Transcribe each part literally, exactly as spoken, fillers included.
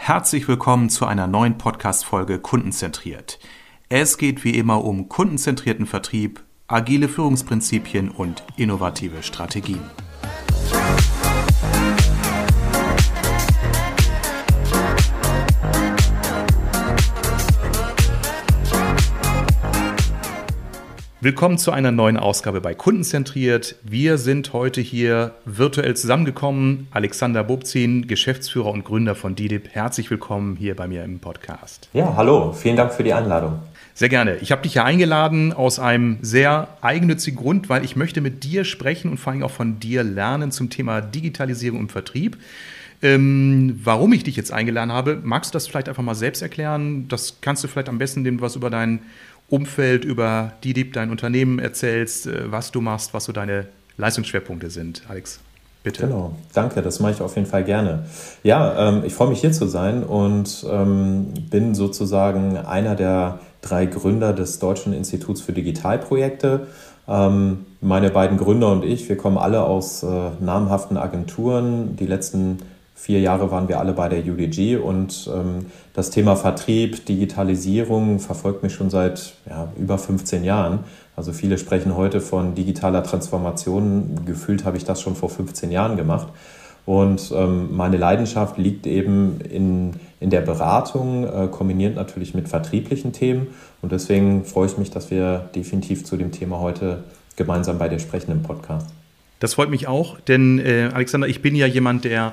Herzlich willkommen zu einer neuen Podcast-Folge Kundenzentriert. Es geht wie immer um kundenzentrierten Vertrieb, agile Führungsprinzipien und innovative Strategien. Willkommen zu einer neuen Ausgabe bei Kundenzentriert. Wir sind heute hier virtuell zusammengekommen. Alexander Bobzin, Geschäftsführer und Gründer von D I D I B. Herzlich willkommen hier bei mir im Podcast. Ja, hallo. Vielen Dank für die Einladung. Sehr gerne. Ich habe dich ja eingeladen aus einem sehr eigennützigen Grund, weil ich möchte mit dir sprechen und vor allem auch von dir lernen zum Thema Digitalisierung im Vertrieb. Ähm, warum ich dich jetzt eingeladen habe, magst du das vielleicht einfach mal selbst erklären? Das kannst du vielleicht am besten, indem du was über dein Umfeld, über D I D I B, dein Unternehmen erzählst, was du machst, was so deine Leistungsschwerpunkte sind. Alex, bitte. Genau, danke, das mache ich auf jeden Fall gerne. Ja, ähm, ich freue mich hier zu sein und ähm, bin sozusagen einer der drei Gründer des Deutschen Instituts für Digitalprojekte. Ähm, meine beiden Gründer und ich, wir kommen alle aus äh, namhaften Agenturen. Die letzten vier Jahre waren wir alle bei der U D G und ähm, das Thema Vertrieb, Digitalisierung verfolgt mich schon seit ja, über fünfzehn Jahren. Also viele sprechen heute von digitaler Transformation. Gefühlt habe ich das schon vor fünfzehn Jahren gemacht. Und ähm, meine Leidenschaft liegt eben in, in der Beratung, äh, kombiniert natürlich mit vertrieblichen Themen. Und deswegen freue ich mich, dass wir definitiv zu dem Thema heute gemeinsam bei dir sprechen im Podcast. Das freut mich auch, denn äh, Alexander, ich bin ja jemand, der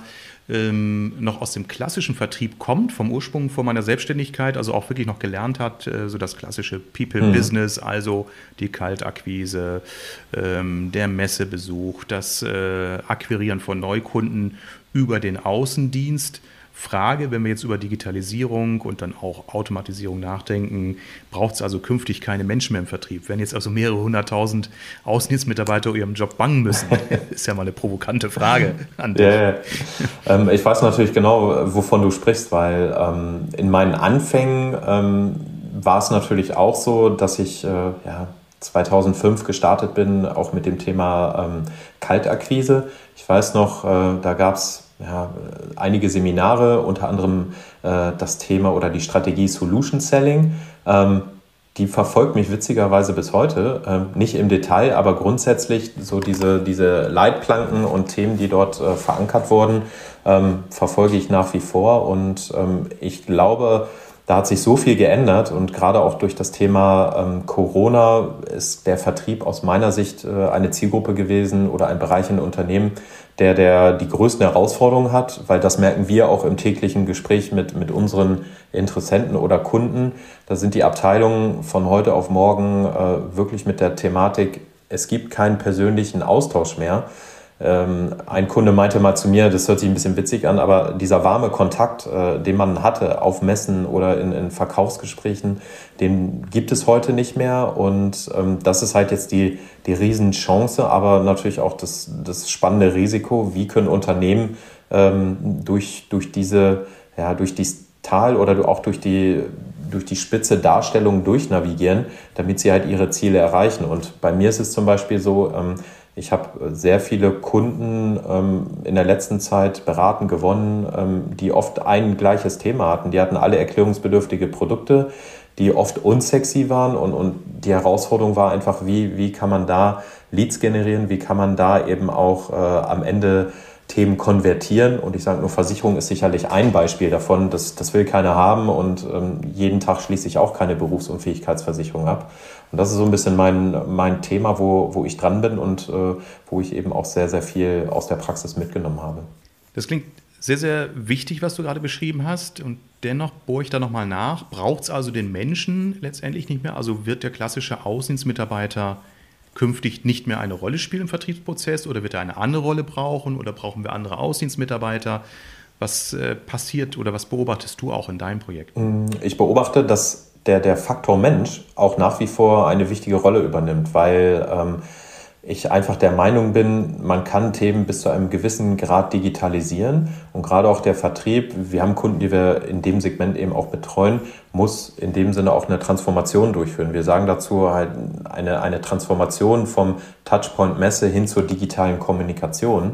ähm, noch aus dem klassischen Vertrieb kommt, vom Ursprung vor meiner Selbstständigkeit, also auch wirklich noch gelernt hat, äh, so das klassische People-Business, mhm. also die Kaltakquise, ähm, der Messebesuch, das äh, Akquirieren von Neukunden über den Außendienst. Frage, wenn wir jetzt über Digitalisierung und dann auch Automatisierung nachdenken, braucht es also künftig keine Menschen mehr im Vertrieb? Wenn jetzt also mehrere hunderttausend Außendienstmitarbeiter ihrem Job bangen müssen, ist ja mal eine provokante Frage an dich. Ja, ja. ähm, ich weiß natürlich genau, wovon du sprichst, weil ähm, in meinen Anfängen ähm, war es natürlich auch so, dass ich äh, ja, zweitausendfünf gestartet bin, auch mit dem Thema ähm, Kaltakquise. Ich weiß noch, äh, da gab es Ja, einige Seminare, unter anderem äh, das Thema oder die Strategie Solution Selling. Ähm, die verfolgt mich witzigerweise bis heute, ähm, nicht im Detail, aber grundsätzlich so diese, diese Leitplanken und Themen, die dort äh, verankert wurden, ähm, verfolge ich nach wie vor. Und ähm, ich glaube, da hat sich so viel geändert und gerade auch durch das Thema ähm, Corona ist der Vertrieb aus meiner Sicht äh, eine Zielgruppe gewesen oder ein Bereich in Unternehmen, der, der die größten Herausforderungen hat, weil das merken wir auch im täglichen Gespräch mit, mit unseren Interessenten oder Kunden. Da sind die Abteilungen von heute auf morgen äh, wirklich mit der Thematik, es gibt keinen persönlichen Austausch mehr. Ähm, ein Kunde meinte mal zu mir, das hört sich ein bisschen witzig an, aber dieser warme Kontakt, äh, den man hatte auf Messen oder in, in Verkaufsgesprächen, den gibt es heute nicht mehr und ähm, das ist halt jetzt die, die Riesenchance, aber natürlich auch das, das spannende Risiko, wie können Unternehmen ähm, durch, durch diese, ja, durch dieses Tal oder auch durch die, durch die spitze Darstellung durchnavigieren, damit sie halt ihre Ziele erreichen. Und bei mir ist es zum Beispiel so, ähm, ich habe sehr viele Kunden ähm, in der letzten Zeit beraten, gewonnen, ähm, die oft ein gleiches Thema hatten. Die hatten alle erklärungsbedürftige Produkte, die oft unsexy waren und, und die Herausforderung war einfach, wie, wie kann man da Leads generieren, wie kann man da eben auch äh, am Ende Themen konvertieren. Und ich sage nur, Versicherung ist sicherlich ein Beispiel davon, das, das will keiner haben und ähm, jeden Tag schließe ich auch keine Berufsunfähigkeitsversicherung ab. Und das ist so ein bisschen mein, mein Thema, wo, wo ich dran bin und äh, wo ich eben auch sehr, sehr viel aus der Praxis mitgenommen habe. Das klingt sehr, sehr wichtig, was du gerade beschrieben hast. Und dennoch bohre ich da nochmal nach. Braucht es also den Menschen letztendlich nicht mehr? Also wird der klassische Außendienstmitarbeiter künftig nicht mehr eine Rolle spielen im Vertriebsprozess oder wird er eine andere Rolle brauchen oder brauchen wir andere Außendienstmitarbeiter? Was äh, passiert oder was beobachtest du auch in deinem Projekt? Ich beobachte, dass der, der Faktor Mensch auch nach wie vor eine wichtige Rolle übernimmt, weil ähm, ich einfach der Meinung bin, man kann Themen bis zu einem gewissen Grad digitalisieren und gerade auch der Vertrieb, wir haben Kunden, die wir in dem Segment eben auch betreuen, muss in dem Sinne auch eine Transformation durchführen. Wir sagen dazu halt eine, eine Transformation vom Touchpoint Messe hin zur digitalen Kommunikation.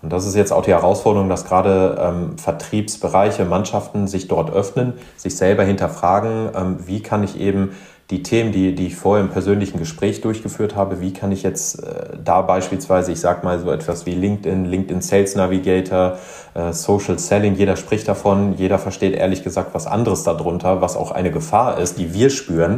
Und das ist jetzt auch die Herausforderung, dass gerade ähm, Vertriebsbereiche, Mannschaften sich dort öffnen, sich selber hinterfragen, ähm, wie kann ich eben die Themen, die, die ich vorher im persönlichen Gespräch durchgeführt habe, wie kann ich jetzt äh, da beispielsweise, ich sage mal so etwas wie LinkedIn, LinkedIn Sales Navigator, äh, Social Selling, jeder spricht davon, jeder versteht ehrlich gesagt was anderes darunter, was auch eine Gefahr ist, die wir spüren.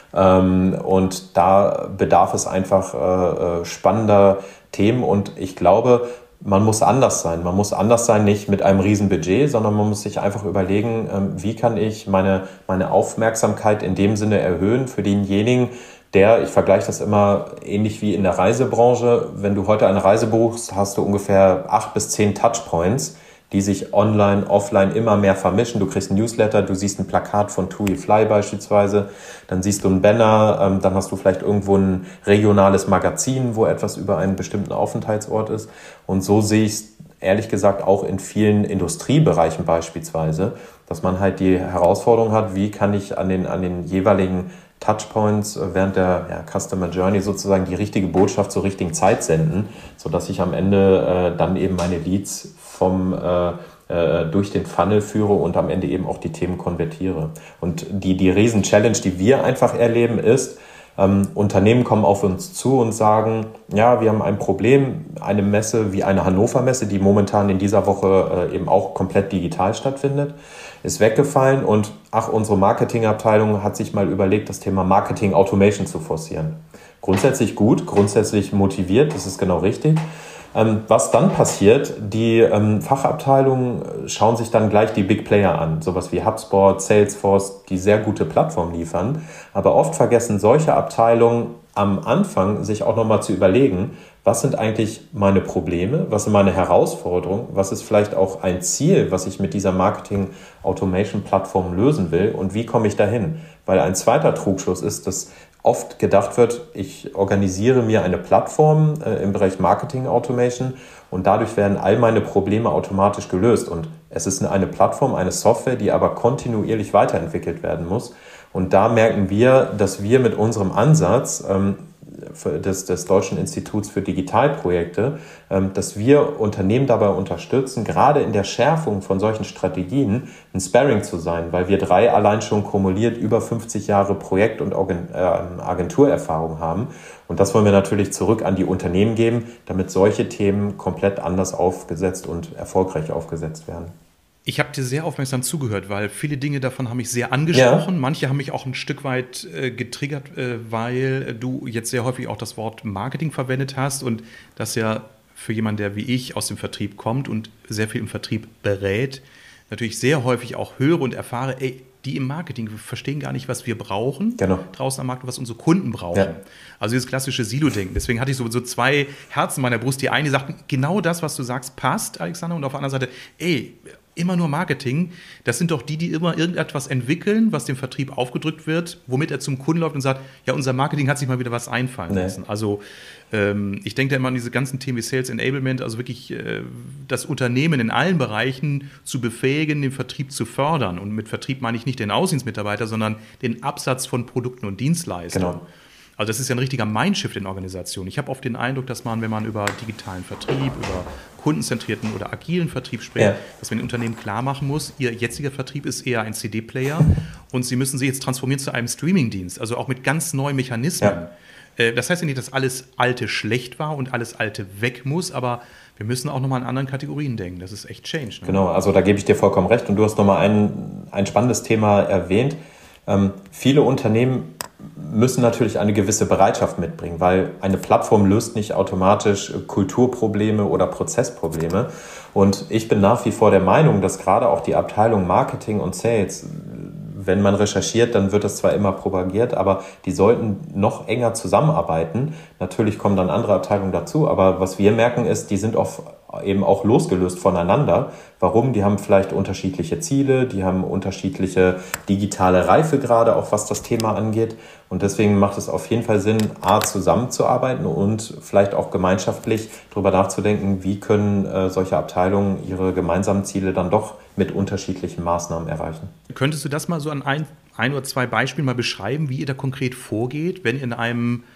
Ähm, und da bedarf es einfach äh, spannender Themen und ich glaube, man muss anders sein. Man muss anders sein, nicht mit einem riesen Budget, sondern man muss sich einfach überlegen, wie kann ich meine, meine Aufmerksamkeit in dem Sinne erhöhen für denjenigen, der, ich vergleiche das immer ähnlich wie in der Reisebranche, wenn du heute eine Reise buchst, hast du ungefähr acht bis zehn Touchpoints, die sich online, offline immer mehr vermischen. Du kriegst ein Newsletter, du siehst ein Plakat von TUI Fly beispielsweise, dann siehst du einen Banner, ähm, dann hast du vielleicht irgendwo ein regionales Magazin, wo etwas über einen bestimmten Aufenthaltsort ist. Und so sehe ich es ehrlich gesagt auch in vielen Industriebereichen beispielsweise, dass man halt die Herausforderung hat, wie kann ich an den, an den jeweiligen Touchpoints während der ja, Customer Journey sozusagen die richtige Botschaft zur richtigen Zeit senden, sodass ich am Ende äh, dann eben meine Leads vom, äh, äh, durch den Funnel führe und am Ende eben auch die Themen konvertiere. Und die, die Riesen-Challenge, die wir einfach erleben, ist, ähm, Unternehmen kommen auf uns zu und sagen, ja, wir haben ein Problem, eine Messe wie eine Hannover-Messe, die momentan in dieser Woche äh, eben auch komplett digital stattfindet, ist weggefallen und ach, unsere Marketingabteilung hat sich mal überlegt, das Thema Marketing Automation zu forcieren. Grundsätzlich gut, grundsätzlich motiviert, das ist genau richtig. Ähm, was dann passiert, die ähm, Fachabteilungen schauen sich dann gleich die Big Player an, sowas wie HubSpot, Salesforce, die sehr gute Plattformen liefern. Aber oft vergessen solche Abteilungen am Anfang, sich auch nochmal zu überlegen, was sind eigentlich meine Probleme, was sind meine Herausforderungen, was ist vielleicht auch ein Ziel, was ich mit dieser Marketing-Automation-Plattform lösen will und wie komme ich dahin? Weil ein zweiter Trugschluss ist, dass oft gedacht wird, ich organisiere mir eine Plattform äh, im Bereich Marketing Automation und dadurch werden all meine Probleme automatisch gelöst. Und es ist eine Plattform, eine Software, die aber kontinuierlich weiterentwickelt werden muss. Und da merken wir, dass wir mit unserem Ansatz ähm, des, des Deutschen Instituts für Digitalprojekte, ähm, dass wir Unternehmen dabei unterstützen, gerade in der Schärfung von solchen Strategien ein Sparring zu sein, weil wir drei allein schon kumuliert über fünfzig Jahre Projekt- und Agenturerfahrung haben. Und das wollen wir natürlich zurück an die Unternehmen geben, damit solche Themen komplett anders aufgesetzt und erfolgreich aufgesetzt werden. Ich habe dir sehr aufmerksam zugehört, weil viele Dinge davon haben mich sehr angesprochen. Ja. Manche haben mich auch ein Stück weit äh, getriggert, äh, weil du jetzt sehr häufig auch das Wort Marketing verwendet hast und das ja für jemanden, der wie ich aus dem Vertrieb kommt und sehr viel im Vertrieb berät, natürlich sehr häufig auch höre und erfahre, ey, die im Marketing verstehen gar nicht, was wir brauchen, genau, draußen am Markt und was unsere Kunden brauchen. Ja. Also dieses klassische Silo-Denken. Deswegen hatte ich so, so zwei Herzen in meiner Brust. Die eine, die sagten, genau das, was du sagst, passt, Alexander. Und auf der anderen Seite, ey, immer nur Marketing, das sind doch die, die immer irgendetwas entwickeln, was dem Vertrieb aufgedrückt wird, womit er zum Kunden läuft und sagt, ja, unser Marketing hat sich mal wieder was einfallen nee. lassen. Also ähm, ich denke da immer an diese ganzen Themen wie Sales Enablement, also wirklich äh, das Unternehmen in allen Bereichen zu befähigen, den Vertrieb zu fördern. Und mit Vertrieb meine ich nicht den Außendienstmitarbeiter, sondern den Absatz von Produkten und Dienstleistungen. Genau. Also das ist ja ein richtiger Mindshift in Organisationen. Ich habe oft den Eindruck, dass man, wenn man über digitalen Vertrieb, über kundenzentrierten oder agilen Vertrieb spricht, ja. dass man den Unternehmen klar machen muss, ihr jetziger Vertrieb ist eher ein C D-Player und sie müssen sich jetzt transformieren zu einem Streamingdienst, also auch mit ganz neuen Mechanismen. Ja. Das heißt ja nicht, dass alles Alte schlecht war und alles Alte weg muss, aber wir müssen auch nochmal in anderen Kategorien denken. Das ist echt Change. Ne? Genau, also da gebe ich dir vollkommen recht und du hast nochmal ein, ein spannendes Thema erwähnt. Ähm, viele Unternehmen müssen natürlich eine gewisse Bereitschaft mitbringen, weil eine Plattform löst nicht automatisch Kulturprobleme oder Prozessprobleme. Und ich bin nach wie vor der Meinung, dass gerade auch die Abteilung Marketing und Sales, wenn man recherchiert, dann wird das zwar immer propagiert, aber die sollten noch enger zusammenarbeiten. Natürlich kommen dann andere Abteilungen dazu, aber was wir merken ist, die sind oft eben auch losgelöst voneinander. Warum? Die haben vielleicht unterschiedliche Ziele, die haben unterschiedliche digitale Reifegrade, auch was das Thema angeht. Und deswegen macht es auf jeden Fall Sinn, A, zusammenzuarbeiten und vielleicht auch gemeinschaftlich darüber nachzudenken, wie können äh, solche Abteilungen ihre gemeinsamen Ziele dann doch mit unterschiedlichen Maßnahmen erreichen. Könntest du das mal so an ein, ein oder zwei Beispielen mal beschreiben, wie ihr da konkret vorgeht, wenn ihr in einem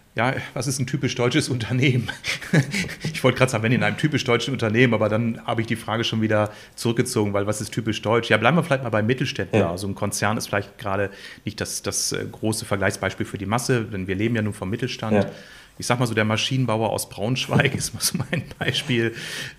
Ja, was ist ein typisch deutsches Unternehmen? Ich wollte gerade sagen, wenn in einem typisch deutschen Unternehmen, aber dann habe ich die Frage schon wieder zurückgezogen, weil was ist typisch deutsch? Ja, bleiben wir vielleicht mal bei Mittelständler. Ja. Also ein Konzern ist vielleicht gerade nicht das, das große Vergleichsbeispiel für die Masse, denn wir leben ja nun vom Mittelstand. Ja. Ich sag mal so, der Maschinenbauer aus Braunschweig ist mal so mein Beispiel,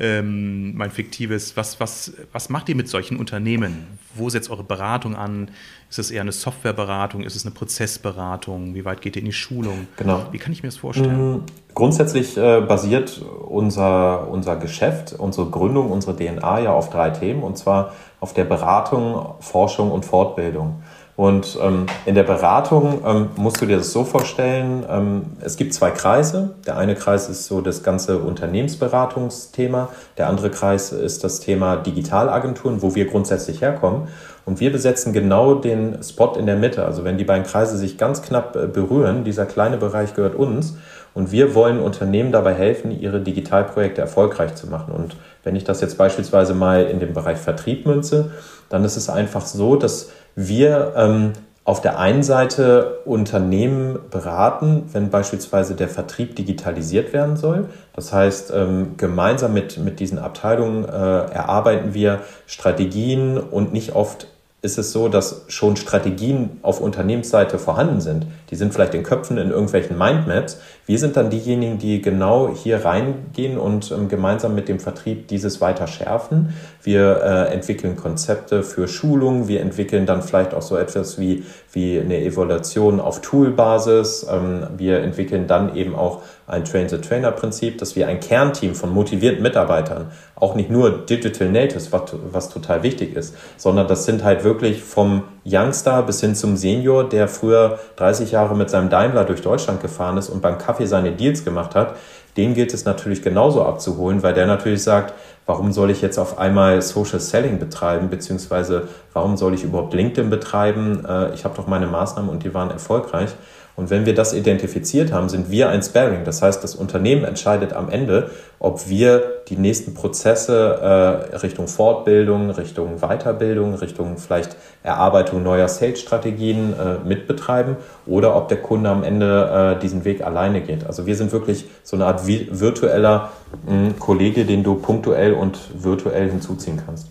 ähm, mein fiktives. Was, was, was macht ihr mit solchen Unternehmen? Wo setzt eure Beratung an? Ist es eher eine Softwareberatung? Ist es eine Prozessberatung? Wie weit geht ihr in die Schulung? Genau. Wie kann ich mir das vorstellen? Grundsätzlich äh, basiert unser, unser Geschäft, unsere Gründung, unsere D N A ja auf drei Themen, und zwar auf der Beratung, Forschung und Fortbildung. Und ähm, in der Beratung ähm, musst du dir das so vorstellen, ähm, es gibt zwei Kreise. Der eine Kreis ist so das ganze Unternehmensberatungsthema, der andere Kreis ist das Thema Digitalagenturen, wo wir grundsätzlich herkommen. Und wir besetzen genau den Spot in der Mitte. Also wenn die beiden Kreise sich ganz knapp berühren, dieser kleine Bereich gehört uns. Und wir wollen Unternehmen dabei helfen, ihre Digitalprojekte erfolgreich zu machen. Und wenn ich das jetzt beispielsweise mal in den Bereich Vertrieb münze, dann ist es einfach so, dass wir ähm, auf der einen Seite Unternehmen beraten, wenn beispielsweise der Vertrieb digitalisiert werden soll. Das heißt, ähm, gemeinsam mit, mit diesen Abteilungen äh, erarbeiten wir Strategien, und nicht oft ist es so, dass schon Strategien auf Unternehmensseite vorhanden sind. Die sind vielleicht in Köpfen in irgendwelchen Mindmaps. Wir sind dann diejenigen, die genau hier reingehen und ähm, gemeinsam mit dem Vertrieb dieses weiter schärfen. Wir äh, entwickeln Konzepte für Schulungen. Wir entwickeln dann vielleicht auch so etwas wie, wie eine Evaluation auf Toolbasis. Ähm, wir entwickeln dann eben auch ein Train-the-Trainer-Prinzip, dass wir ein Kernteam von motivierten Mitarbeitern, auch nicht nur Digital Natives, was, was total wichtig ist, sondern das sind halt wirklich vom Youngster bis hin zum Senior, der früher dreißig Jahre mit seinem Daimler durch Deutschland gefahren ist und beim Kaffee seine Deals gemacht hat. Den gilt es natürlich genauso abzuholen, weil der natürlich sagt, warum soll ich jetzt auf einmal Social Selling betreiben, beziehungsweise warum soll ich überhaupt LinkedIn betreiben? Ich habe doch meine Maßnahmen und die waren erfolgreich. Und wenn wir das identifiziert haben, sind wir ein Sparring. Das heißt, das Unternehmen entscheidet am Ende, ob wir die nächsten Prozesse äh, Richtung Fortbildung, Richtung Weiterbildung, Richtung vielleicht Erarbeitung neuer Sales-Strategien äh, mitbetreiben oder ob der Kunde am Ende äh, diesen Weg alleine geht. Also wir sind wirklich so eine Art virtueller mh, Kollege, den du punktuell und virtuell hinzuziehen kannst.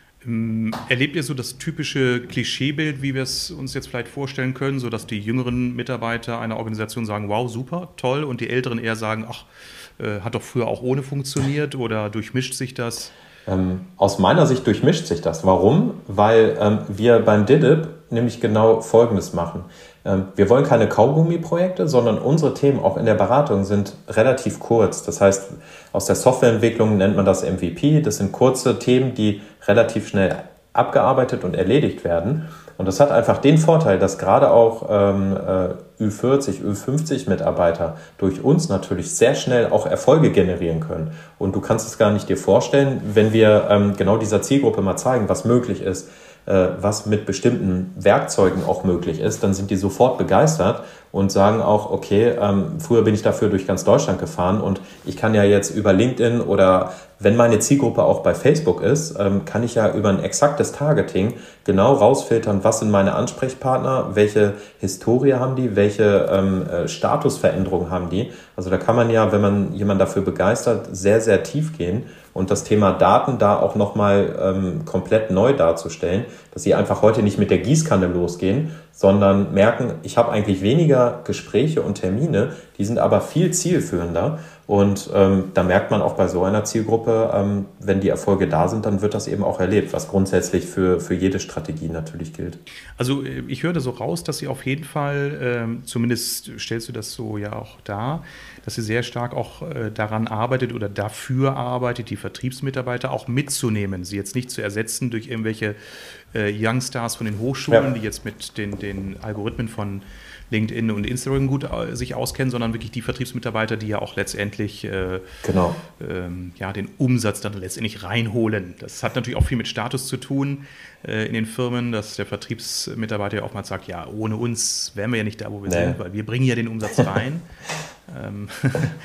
Erlebt ihr so das typische Klischeebild, wie wir es uns jetzt vielleicht vorstellen können, so dass die jüngeren Mitarbeiter einer Organisation sagen, wow, super, toll, und die älteren eher sagen, ach, äh, hat doch früher auch ohne funktioniert, oder durchmischt sich das? Ähm, aus meiner Sicht durchmischt sich das. Warum? Weil ähm, wir beim D I D I B nämlich genau Folgendes machen. Ähm, wir wollen keine Kaugummi-Projekte, sondern unsere Themen auch in der Beratung sind relativ kurz. Das heißt, aus der Softwareentwicklung nennt man das M V P. Das sind kurze Themen, die relativ schnell abgearbeitet und erledigt werden. Und das hat einfach den Vorteil, dass gerade auch ähm, Ü vierzig, Ü fünfzig Mitarbeiter durch uns natürlich sehr schnell auch Erfolge generieren können. Und du kannst es gar nicht dir vorstellen, wenn wir ähm, genau dieser Zielgruppe mal zeigen, was möglich ist, äh, was mit bestimmten Werkzeugen auch möglich ist, dann sind die sofort begeistert und sagen auch, okay, ähm, früher bin ich dafür durch ganz Deutschland gefahren und ich kann ja jetzt über LinkedIn oder wenn meine Zielgruppe auch bei Facebook ist, ähm, kann ich ja über ein exaktes Targeting genau rausfiltern, was sind meine Ansprechpartner, welche Historie haben die, welche ähm, äh, Statusveränderungen haben die. Also da kann man ja, wenn man jemanden dafür begeistert, sehr, sehr tief gehen und das Thema Daten da auch nochmal ähm, komplett neu darzustellen, dass sie einfach heute nicht mit der Gießkanne losgehen, sondern merken, ich habe eigentlich weniger Gespräche und Termine, die sind aber viel zielführender. Und ähm, da merkt man auch bei so einer Zielgruppe, ähm, wenn die Erfolge da sind, dann wird das eben auch erlebt, was grundsätzlich für, für jede Strategie natürlich gilt. Also ich höre so raus, dass Sie auf jeden Fall, ähm, zumindest stellst du das so ja auch dar, dass Sie sehr stark auch äh, daran arbeitet oder dafür arbeitet, die Vertriebsmitarbeiter auch mitzunehmen, sie jetzt nicht zu ersetzen durch irgendwelche äh, Youngstars von den Hochschulen, ja, die jetzt mit den, den Algorithmen von LinkedIn und Instagram gut äh, sich auskennen, sondern wirklich die Vertriebsmitarbeiter, die ja auch letztendlich äh, genau. ähm, ja, den Umsatz dann letztendlich reinholen. Das hat natürlich auch viel mit Status zu tun äh, in den Firmen, dass der Vertriebsmitarbeiter ja oftmals sagt, ja, ohne uns wären wir ja nicht da, wo wir nee. sind, weil wir bringen ja den Umsatz rein. ähm,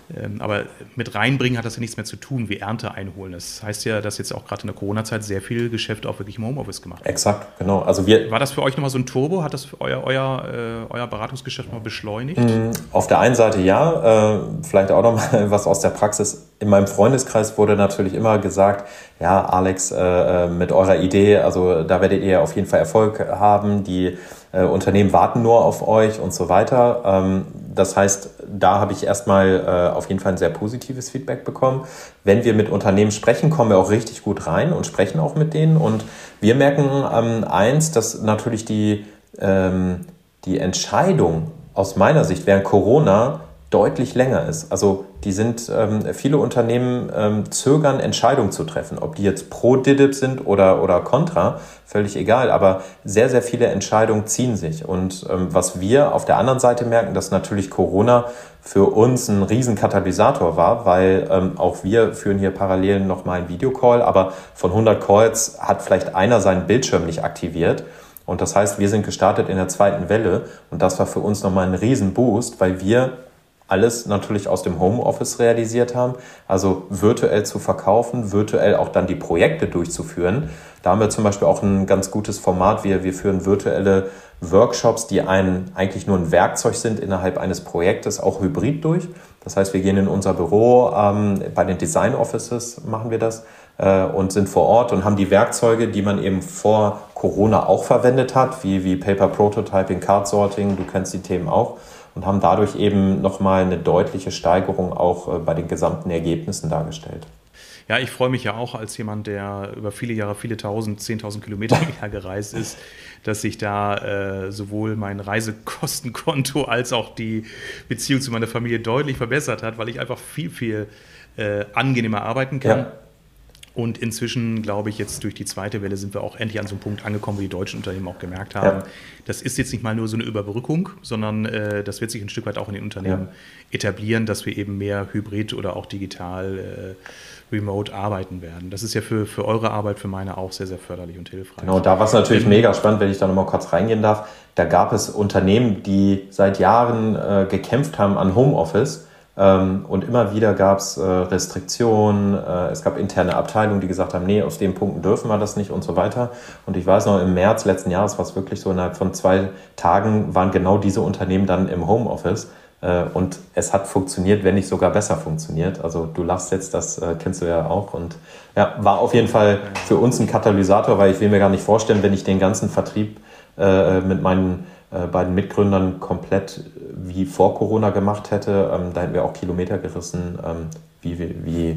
Ähm, aber mit reinbringen hat das ja nichts mehr zu tun, wie Ernte einholen. Das heißt ja, dass jetzt auch gerade in der Corona-Zeit sehr viel Geschäft auch wirklich im Homeoffice gemacht wird. Exakt, genau. Also wir War das für euch nochmal so ein Turbo? Hat das für euer, euer, äh, euer Beratungsgeschäft mal beschleunigt? Auf der einen Seite ja, äh, vielleicht auch nochmal was aus der Praxis. In meinem Freundeskreis wurde natürlich immer gesagt, ja, Alex, äh, mit eurer Idee, also da werdet ihr auf jeden Fall Erfolg haben, die äh, Unternehmen warten nur auf euch und so weiter. Ähm, das heißt, da habe ich erstmal äh, auf jeden Fall ein sehr positives Feedback bekommen. Wenn wir mit Unternehmen sprechen, kommen wir auch richtig gut rein und sprechen auch mit denen. Und wir merken ähm, eins, dass natürlich die, ähm, die Entscheidung aus meiner Sicht während Corona deutlich länger ist. Also die sind, ähm, viele Unternehmen ähm, zögern, Entscheidungen zu treffen. Ob die jetzt pro D D I B sind oder, oder contra, völlig egal. Aber sehr, sehr viele Entscheidungen ziehen sich. Und ähm, was wir auf der anderen Seite merken, dass natürlich Corona für uns ein riesen Katalysator war, weil ähm, auch wir führen hier parallel nochmal einen Videocall, aber von hundert Calls hat vielleicht einer seinen Bildschirm nicht aktiviert. Und das heißt, wir sind gestartet in der zweiten Welle und das war für uns nochmal ein Riesenboost, weil wir alles natürlich aus dem Homeoffice realisiert haben, also virtuell zu verkaufen, virtuell auch dann die Projekte durchzuführen. Da haben wir zum Beispiel auch ein ganz gutes Format. Wir, wir führen virtuelle Workshops, die ein, eigentlich nur ein Werkzeug sind innerhalb eines Projektes, auch hybrid durch. Das heißt, wir gehen in unser Büro, ähm, bei den Design Offices machen wir das äh, und sind vor Ort und haben die Werkzeuge, die man eben vor Corona auch verwendet hat, wie, wie Paper Prototyping, Card Sorting, du kennst die Themen auch. Und haben dadurch eben nochmal eine deutliche Steigerung auch bei den gesamten Ergebnissen dargestellt. Ja, ich freue mich ja auch als jemand, der über viele Jahre, viele tausend, zehntausend Kilometer gereist ist, dass sich da äh, sowohl mein Reisekostenkonto als auch die Beziehung zu meiner Familie deutlich verbessert hat, weil ich einfach viel, viel äh, angenehmer arbeiten kann. Ja. Und inzwischen, glaube ich, jetzt durch die zweite Welle sind wir auch endlich an so einem Punkt angekommen, wo die deutschen Unternehmen auch gemerkt haben, ja. das ist jetzt nicht mal nur so eine Überbrückung, sondern äh, das wird sich ein Stück weit auch in den Unternehmen ja. etablieren, dass wir eben mehr hybrid oder auch digital äh, remote arbeiten werden. Das ist ja für, für eure Arbeit, für meine auch sehr, sehr förderlich und hilfreich. Genau, da war es natürlich ähm, mega spannend, wenn ich da nochmal kurz reingehen darf. Da gab es Unternehmen, die seit Jahren äh, gekämpft haben an Homeoffice. Und immer wieder gab es Restriktionen, es gab interne Abteilungen, die gesagt haben, nee, aus den Punkten dürfen wir das nicht und so weiter. Und ich weiß noch, im März letzten Jahres war es wirklich so, innerhalb von zwei Tagen waren genau diese Unternehmen dann im Homeoffice. Und es hat funktioniert, wenn nicht sogar besser funktioniert. Also du lachst jetzt, das kennst du ja auch. Und ja, war auf jeden Fall für uns ein Katalysator, weil ich will mir gar nicht vorstellen, wenn ich den ganzen Vertrieb mit meinen beiden Mitgründern komplett wie vor Corona gemacht hätte, ähm, da hätten wir auch Kilometer gerissen, ähm, wie, wie, wie,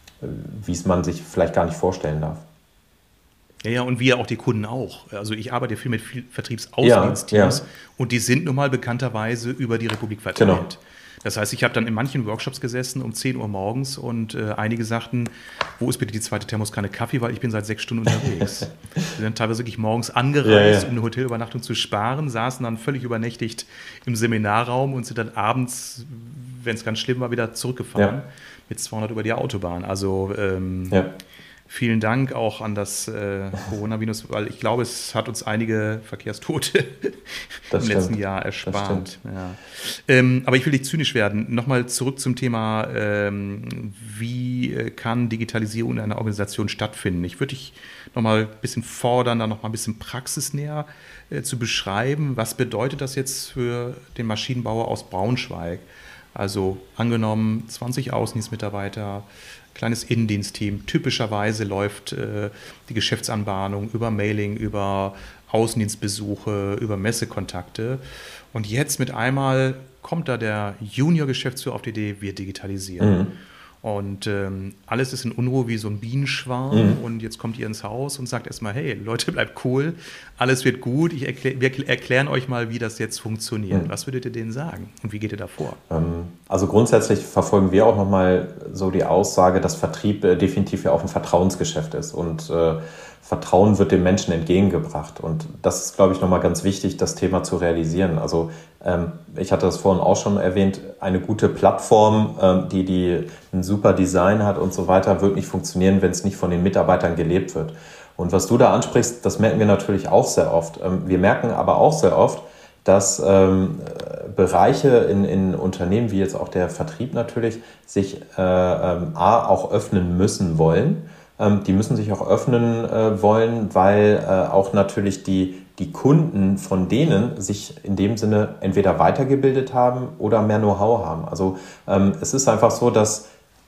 wie es man sich vielleicht gar nicht vorstellen darf. Ja, ja, und wir auch die Kunden auch. Also ich arbeite viel mit viel Vertriebsaußendienstteams ja, ja. und die sind nun mal bekannterweise über die Republik verteilt. Genau. Das heißt, ich habe dann in manchen Workshops gesessen um zehn Uhr morgens und äh, einige sagten, wo ist bitte die zweite Thermoskanne Kaffee, weil ich bin seit sechs Stunden unterwegs. Wir sind dann teilweise wirklich morgens angereist, ja, ja. um eine Hotelübernachtung zu sparen, saßen dann völlig übernächtigt im Seminarraum und sind dann abends, wenn es ganz schlimm war, wieder zurückgefahren ja. mit zweihundert über die Autobahn. Also ähm, ja. vielen Dank auch an das äh, Coronavirus, weil ich glaube, es hat uns einige Verkehrstote das im stimmt. letzten Jahr erspart. Ja. Ähm, aber ich will nicht zynisch werden. Nochmal zurück zum Thema, ähm, wie kann Digitalisierung in einer Organisation stattfinden? Ich würde dich nochmal ein bisschen fordern, da nochmal ein bisschen praxisnäher äh, zu beschreiben. Was bedeutet das jetzt für den Maschinenbauer aus Braunschweig? Also angenommen zwanzig Außendienstmitarbeiter, kleines Innendienstteam. Typischerweise läuft äh, die Geschäftsanbahnung über Mailing, über Außendienstbesuche, über Messekontakte. Und jetzt mit einmal kommt da der Junior-Geschäftsführer auf die Idee, wir digitalisieren. Mhm. Und ähm, alles ist in Unruhe wie so ein Bienenschwarm. Mhm. Und jetzt kommt ihr ins Haus und sagt erstmal, hey, Leute, bleibt cool, alles wird gut. Ich erklär, wir erklären euch mal, wie das jetzt funktioniert. Mhm. Was würdet ihr denen sagen? Und wie geht ihr da vor? Ähm, also grundsätzlich verfolgen wir auch nochmal so die Aussage, dass Vertrieb äh, definitiv ja auch ein Vertrauensgeschäft ist. Und äh, Vertrauen wird dem Menschen entgegengebracht. Und das ist, glaube ich, nochmal ganz wichtig, das Thema zu realisieren. Also ähm, ich hatte das vorhin auch schon erwähnt, eine gute Plattform, ähm, die, die ein super Design hat und so weiter, wird nicht funktionieren, wenn es nicht von den Mitarbeitern gelebt wird. Und was du da ansprichst, das merken wir natürlich auch sehr oft. Ähm, wir merken aber auch sehr oft, dass ähm, Bereiche in, in Unternehmen, wie jetzt auch der Vertrieb natürlich, sich äh, ähm, A, auch öffnen müssen wollen. Ähm, die müssen sich auch öffnen äh, wollen, weil äh, auch natürlich die, die Kunden von denen sich in dem Sinne entweder weitergebildet haben oder mehr Know-how haben. Also ähm, es ist einfach so, dass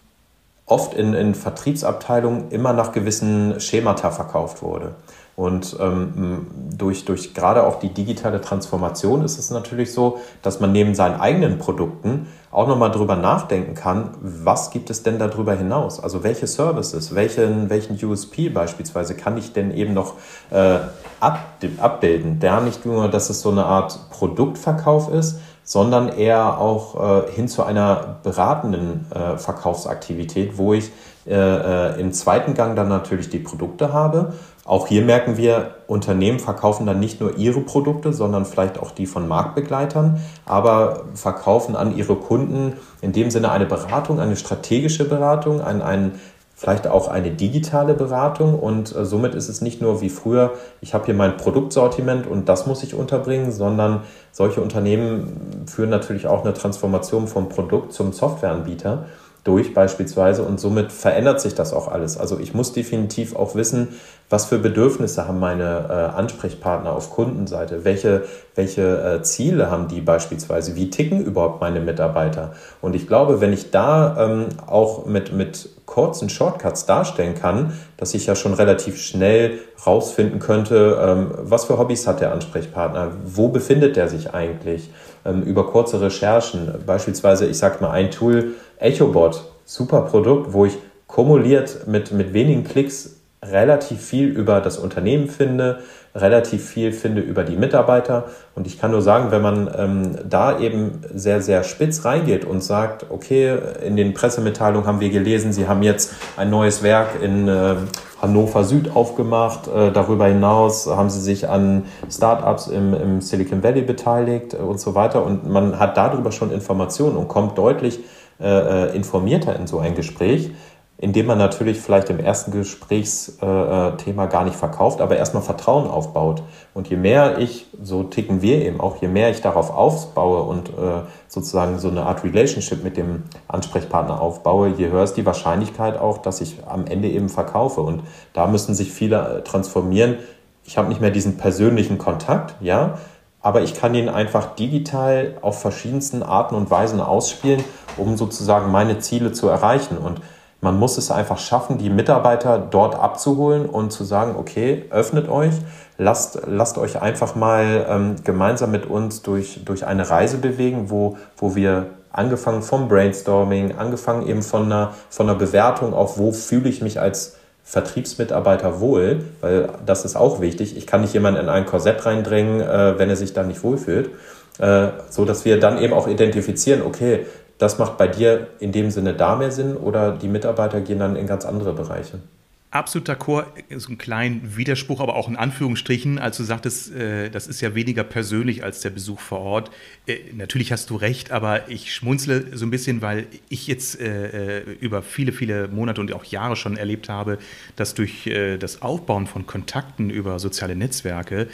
oft in, in Vertriebsabteilungen immer nach gewissen Schemata verkauft wurde. Und ähm, durch, durch gerade auch die digitale Transformation ist es natürlich so, dass man neben seinen eigenen Produkten auch nochmal drüber nachdenken kann, was gibt es denn darüber hinaus? Also welche Services, welchen, welchen U S P beispielsweise kann ich denn eben noch äh, ab, abbilden? Der nicht nur, dass es so eine Art Produktverkauf ist, sondern eher auch äh, hin zu einer beratenden äh, Verkaufsaktivität, wo ich äh, äh, im zweiten Gang dann natürlich die Produkte habe. Auch hier merken wir, Unternehmen verkaufen dann nicht nur ihre Produkte, sondern vielleicht auch die von Marktbegleitern, aber verkaufen an ihre Kunden in dem Sinne eine Beratung, eine strategische Beratung, ein, ein vielleicht auch eine digitale Beratung und äh, somit ist es nicht nur wie früher, ich habe hier mein Produktsortiment und das muss ich unterbringen, sondern solche Unternehmen führen natürlich auch eine Transformation vom Produkt zum Softwareanbieter durch beispielsweise und somit verändert sich das auch alles. Also ich muss definitiv auch wissen, was für Bedürfnisse haben meine äh, Ansprechpartner auf Kundenseite, welche, welche äh, Ziele haben die beispielsweise, wie ticken überhaupt meine Mitarbeiter. Und ich glaube, wenn ich da ähm, auch mit, mit kurzen Shortcuts darstellen kann, dass ich ja schon relativ schnell rausfinden könnte, ähm, was für Hobbys hat der Ansprechpartner, wo befindet der sich eigentlich, ähm, über kurze Recherchen, beispielsweise, ich sage mal ein Tool, EchoBot, super Produkt, wo ich kumuliert mit, mit wenigen Klicks relativ viel über das Unternehmen finde, relativ viel finde über die Mitarbeiter. Und ich kann nur sagen, wenn man ähm, da eben sehr, sehr spitz reingeht und sagt, okay, in den Pressemitteilungen haben wir gelesen, Sie haben jetzt ein neues Werk in äh, Hannover Süd aufgemacht. Äh, darüber hinaus haben Sie sich an Startups im, im Silicon Valley beteiligt äh, und so weiter. Und man hat darüber schon Informationen und kommt deutlich äh, informierter in so ein Gespräch, indem man natürlich vielleicht im ersten Gesprächsthema gar nicht verkauft, aber erstmal Vertrauen aufbaut. Und je mehr ich, so ticken wir eben auch, je mehr ich darauf aufbaue und äh, sozusagen so eine Art Relationship mit dem Ansprechpartner aufbaue, je höher ist die Wahrscheinlichkeit auch, dass ich am Ende eben verkaufe. Und da müssen sich viele transformieren. Ich habe nicht mehr diesen persönlichen Kontakt, ja, aber ich kann ihn einfach digital auf verschiedensten Arten und Weisen ausspielen, um sozusagen meine Ziele zu erreichen. Und man muss es einfach schaffen, die Mitarbeiter dort abzuholen und zu sagen, okay, öffnet euch, lasst, lasst euch einfach mal ähm, gemeinsam mit uns durch, durch eine Reise bewegen, wo, wo wir angefangen vom Brainstorming, angefangen eben von einer, von einer Bewertung auf, wo fühle ich mich als Vertriebsmitarbeiter wohl, weil das ist auch wichtig. Ich kann nicht jemanden in ein Korsett reindrängen, äh, wenn er sich da nicht wohlfühlt, äh, so dass wir dann eben auch identifizieren, okay, das macht bei dir in dem Sinne da mehr Sinn oder die Mitarbeiter gehen dann in ganz andere Bereiche? Absolut d'accord, so ein kleiner Widerspruch, aber auch in Anführungsstrichen, als du sagtest, äh, das ist ja weniger persönlich als der Besuch vor Ort. Äh, natürlich hast du recht, aber ich schmunzle so ein bisschen, weil ich jetzt äh, über viele, viele Monate und auch Jahre schon erlebt habe, dass durch äh, das Aufbauen von Kontakten über soziale Netzwerke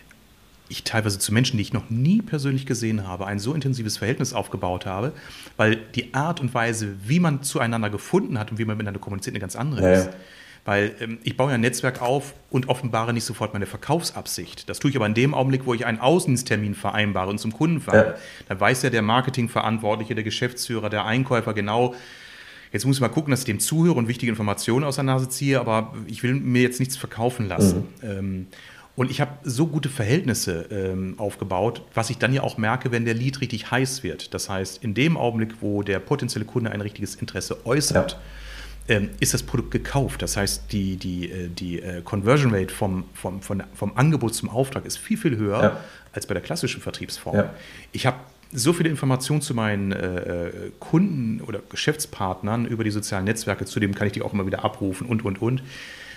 ich teilweise zu Menschen, die ich noch nie persönlich gesehen habe, ein so intensives Verhältnis aufgebaut habe, weil die Art und Weise, wie man zueinander gefunden hat und wie man miteinander kommuniziert, eine ganz andere ja, ist. Weil ähm, ich baue ja ein Netzwerk auf und offenbare nicht sofort meine Verkaufsabsicht. Das tue ich aber in dem Augenblick, wo ich einen Außendiensttermin vereinbare und zum Kunden fahre. Ja. Dann weiß ja der Marketingverantwortliche, der Geschäftsführer, der Einkäufer genau, jetzt muss ich mal gucken, dass ich dem zuhöre und wichtige Informationen aus der Nase ziehe, aber ich will mir jetzt nichts verkaufen lassen. Mhm. Ähm, Und ich habe so gute Verhältnisse ähm, aufgebaut, was ich dann ja auch merke, wenn der Lead richtig heiß wird. Das heißt, in dem Augenblick, wo der potenzielle Kunde ein richtiges Interesse äußert, ja. ähm, ist das Produkt gekauft. Das heißt, die, die, die äh, Conversion Rate vom, vom, vom, vom Angebot zum Auftrag ist viel, viel höher ja. als bei der klassischen Vertriebsform. Ja. Ich habe so viele Informationen zu meinen äh, Kunden oder Geschäftspartnern über die sozialen Netzwerke, zudem kann ich die auch immer wieder abrufen und, und, und.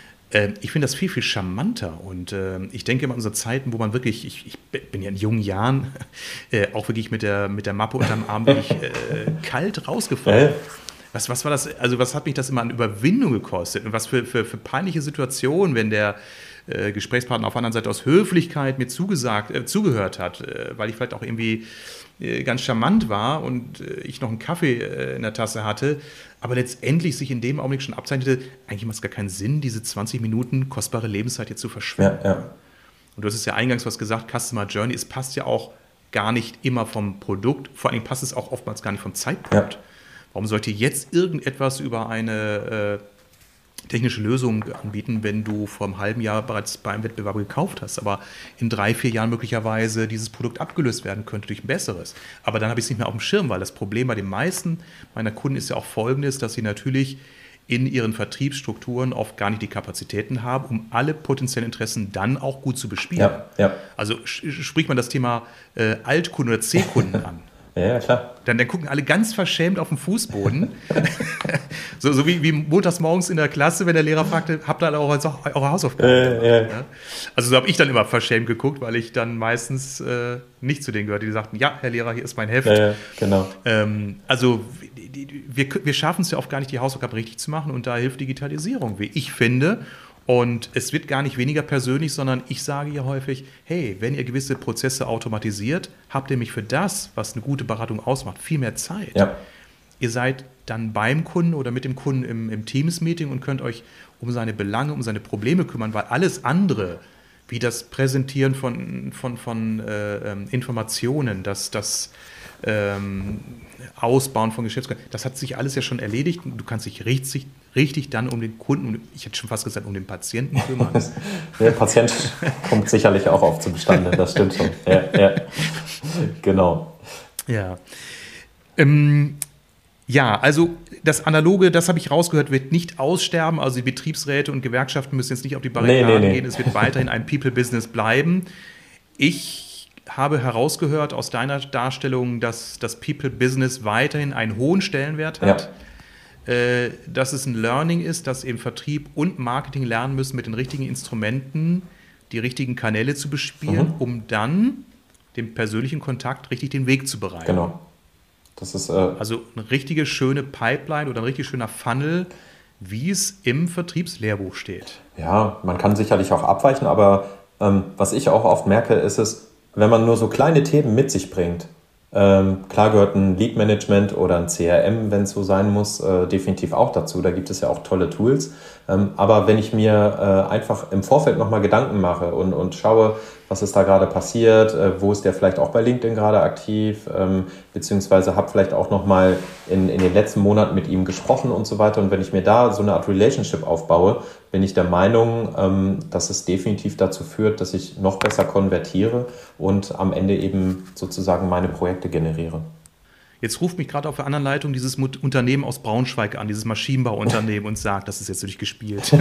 Ich finde das viel, viel charmanter und äh, ich denke immer an so Zeiten, wo man wirklich, ich, ich bin ja in jungen Jahren äh, auch wirklich mit der, mit der Mappe unterm Arm wirklich äh, kalt rausgefahren. Äh? Was, was war das, also was hat mich das immer an Überwindung gekostet und was für, für, für peinliche Situationen, wenn der äh, Gesprächspartner auf der anderen Seite aus Höflichkeit mir zugesagt, äh, zugehört hat, äh, weil ich vielleicht auch irgendwie äh, ganz charmant war und äh, ich noch einen Kaffee äh, in der Tasse hatte, aber letztendlich sich in dem Augenblick schon abzeichnete, eigentlich macht es gar keinen Sinn, diese zwanzig Minuten kostbare Lebenszeit jetzt zu verschwenden. Ja, ja. Und du hast es ja eingangs was gesagt, Customer Journey, es passt ja auch gar nicht immer vom Produkt, vor allem passt es auch oftmals gar nicht vom Zeitpunkt. Ja. Warum sollte jetzt irgendetwas über eine äh, technische Lösung anbieten, wenn du vor einem halben Jahr bereits bei einem Wettbewerber gekauft hast, aber in drei, vier Jahren möglicherweise dieses Produkt abgelöst werden könnte durch ein besseres. Aber dann habe ich es nicht mehr auf dem Schirm, weil das Problem bei den meisten meiner Kunden ist ja auch folgendes, dass sie natürlich in ihren Vertriebsstrukturen oft gar nicht die Kapazitäten haben, um alle potenziellen Interessen dann auch gut zu bespielen. Ja, ja. Also spricht man das Thema äh, Altkunden oder C-Kunden an. Ja, klar. Dann, dann gucken alle ganz verschämt auf den Fußboden. so so wie, wie montags morgens in der Klasse, wenn der Lehrer fragte, habt ihr alle eure, eure Hausaufgaben gemacht? Äh, ja. Also so habe ich dann immer verschämt geguckt, weil ich dann meistens äh, nicht zu denen gehörte, die sagten, ja, Herr Lehrer, hier ist mein Heft. Äh, genau. Ähm, also wir, wir schaffen es ja oft gar nicht, die Hausaufgaben richtig zu machen und da hilft Digitalisierung, wie ich finde. Und es wird gar nicht weniger persönlich, sondern ich sage ja häufig, hey, wenn ihr gewisse Prozesse automatisiert, habt ihr mich für das, was eine gute Beratung ausmacht, viel mehr Zeit. Ja. Ihr seid dann beim Kunden oder mit dem Kunden im, im Teams-Meeting und könnt euch um seine Belange, um seine Probleme kümmern, weil alles andere, wie das Präsentieren von, von, von äh, Informationen, das, das ähm, Ausbauen von Geschäftskunden, das hat sich alles ja schon erledigt. Du kannst dich richtig, richtig dann um den Kunden, ich hätte schon fast gesagt, um den Patienten kümmern. Der Patient kommt sicherlich auch oft zustande, das stimmt schon. Ja, ja. Genau. Ja. Ähm, ja, also das Analoge, das habe ich rausgehört, wird nicht aussterben. Also die Betriebsräte und Gewerkschaften müssen jetzt nicht auf die Barrikaden nee, nee, nee. gehen. Es wird weiterhin ein People-Business bleiben. Ich habe herausgehört aus deiner Darstellung, dass das People-Business weiterhin einen hohen Stellenwert hat, ja. äh, dass es ein Learning ist, dass eben Vertrieb und Marketing lernen müssen, mit den richtigen Instrumenten die richtigen Kanäle zu bespielen, mhm. um dann dem persönlichen Kontakt richtig den Weg zu bereiten. Genau. Das ist, äh also eine richtige schöne Pipeline oder ein richtig schöner Funnel, wie es im Vertriebslehrbuch steht. Ja, man kann sicherlich auch abweichen, aber ähm, was ich auch oft merke, ist es, wenn man nur so kleine Themen mit sich bringt, ähm, klar gehört ein Lead-Management oder ein C R M, wenn es so sein muss, äh, definitiv auch dazu. Da gibt es ja auch tolle Tools. Ähm, aber wenn ich mir äh, einfach im Vorfeld nochmal Gedanken mache und, und schaue, was ist da gerade passiert, äh, wo ist der vielleicht auch bei LinkedIn gerade aktiv, ähm, beziehungsweise habe vielleicht auch nochmal in, in den letzten Monaten mit ihm gesprochen und so weiter. Und wenn ich mir da so eine Art Relationship aufbaue, bin ich der Meinung, ähm, dass es definitiv dazu führt, dass ich noch besser konvertiere und am Ende eben sozusagen meine Projekte generiere. Jetzt ruft mich gerade auf der anderen Leitung dieses Unternehmen aus Braunschweig an, dieses Maschinenbauunternehmen und sagt, das ist jetzt durchgespielt.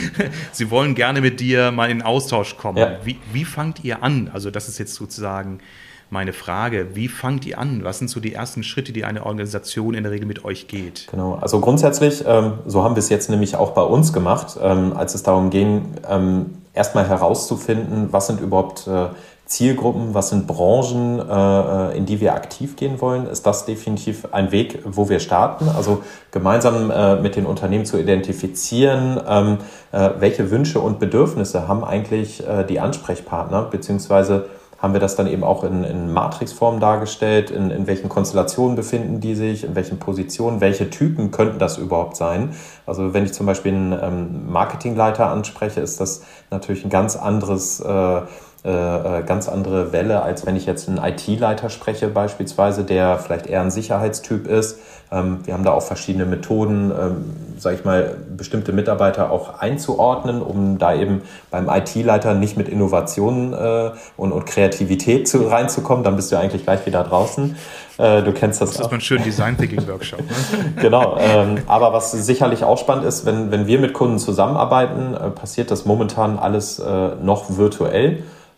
Sie wollen gerne mit dir mal in Austausch kommen. Ja. Wie, wie fangt ihr an? Also das ist jetzt sozusagen meine Frage. Wie fangt ihr an? Was sind so die ersten Schritte, die eine Organisation in der Regel mit euch geht? Genau, also grundsätzlich, ähm, so haben wir es jetzt nämlich auch bei uns gemacht, ähm, als es darum ging, ähm, erstmal herauszufinden, was sind überhaupt äh, Zielgruppen, was sind Branchen, äh, in die wir aktiv gehen wollen, ist das definitiv ein Weg, wo wir starten. Also gemeinsam äh, mit den Unternehmen zu identifizieren, ähm, äh, welche Wünsche und Bedürfnisse haben eigentlich äh, die Ansprechpartner, beziehungsweise haben wir das dann eben auch in, in Matrixform dargestellt, in, in welchen Konstellationen befinden die sich, in welchen Positionen, welche Typen könnten das überhaupt sein. Also wenn ich zum Beispiel einen ähm, Marketingleiter anspreche, ist das natürlich ein ganz anderes äh, Äh, ganz andere Welle, als wenn ich jetzt einen I T-Leiter spreche beispielsweise, der vielleicht eher ein Sicherheitstyp ist. Ähm, wir haben da auch verschiedene Methoden, ähm, sage ich mal, bestimmte Mitarbeiter auch einzuordnen, um da eben beim I T-Leiter nicht mit Innovationen äh, und, und Kreativität zu, reinzukommen. Dann bist du eigentlich gleich wieder draußen. Äh, du kennst das, das auch. Das ist mal ein schöner Design-Thinking-Workshop. Ne? Genau, ähm, aber was sicherlich auch spannend ist, wenn, wenn wir mit Kunden zusammenarbeiten, äh, passiert das momentan alles äh, noch virtuell.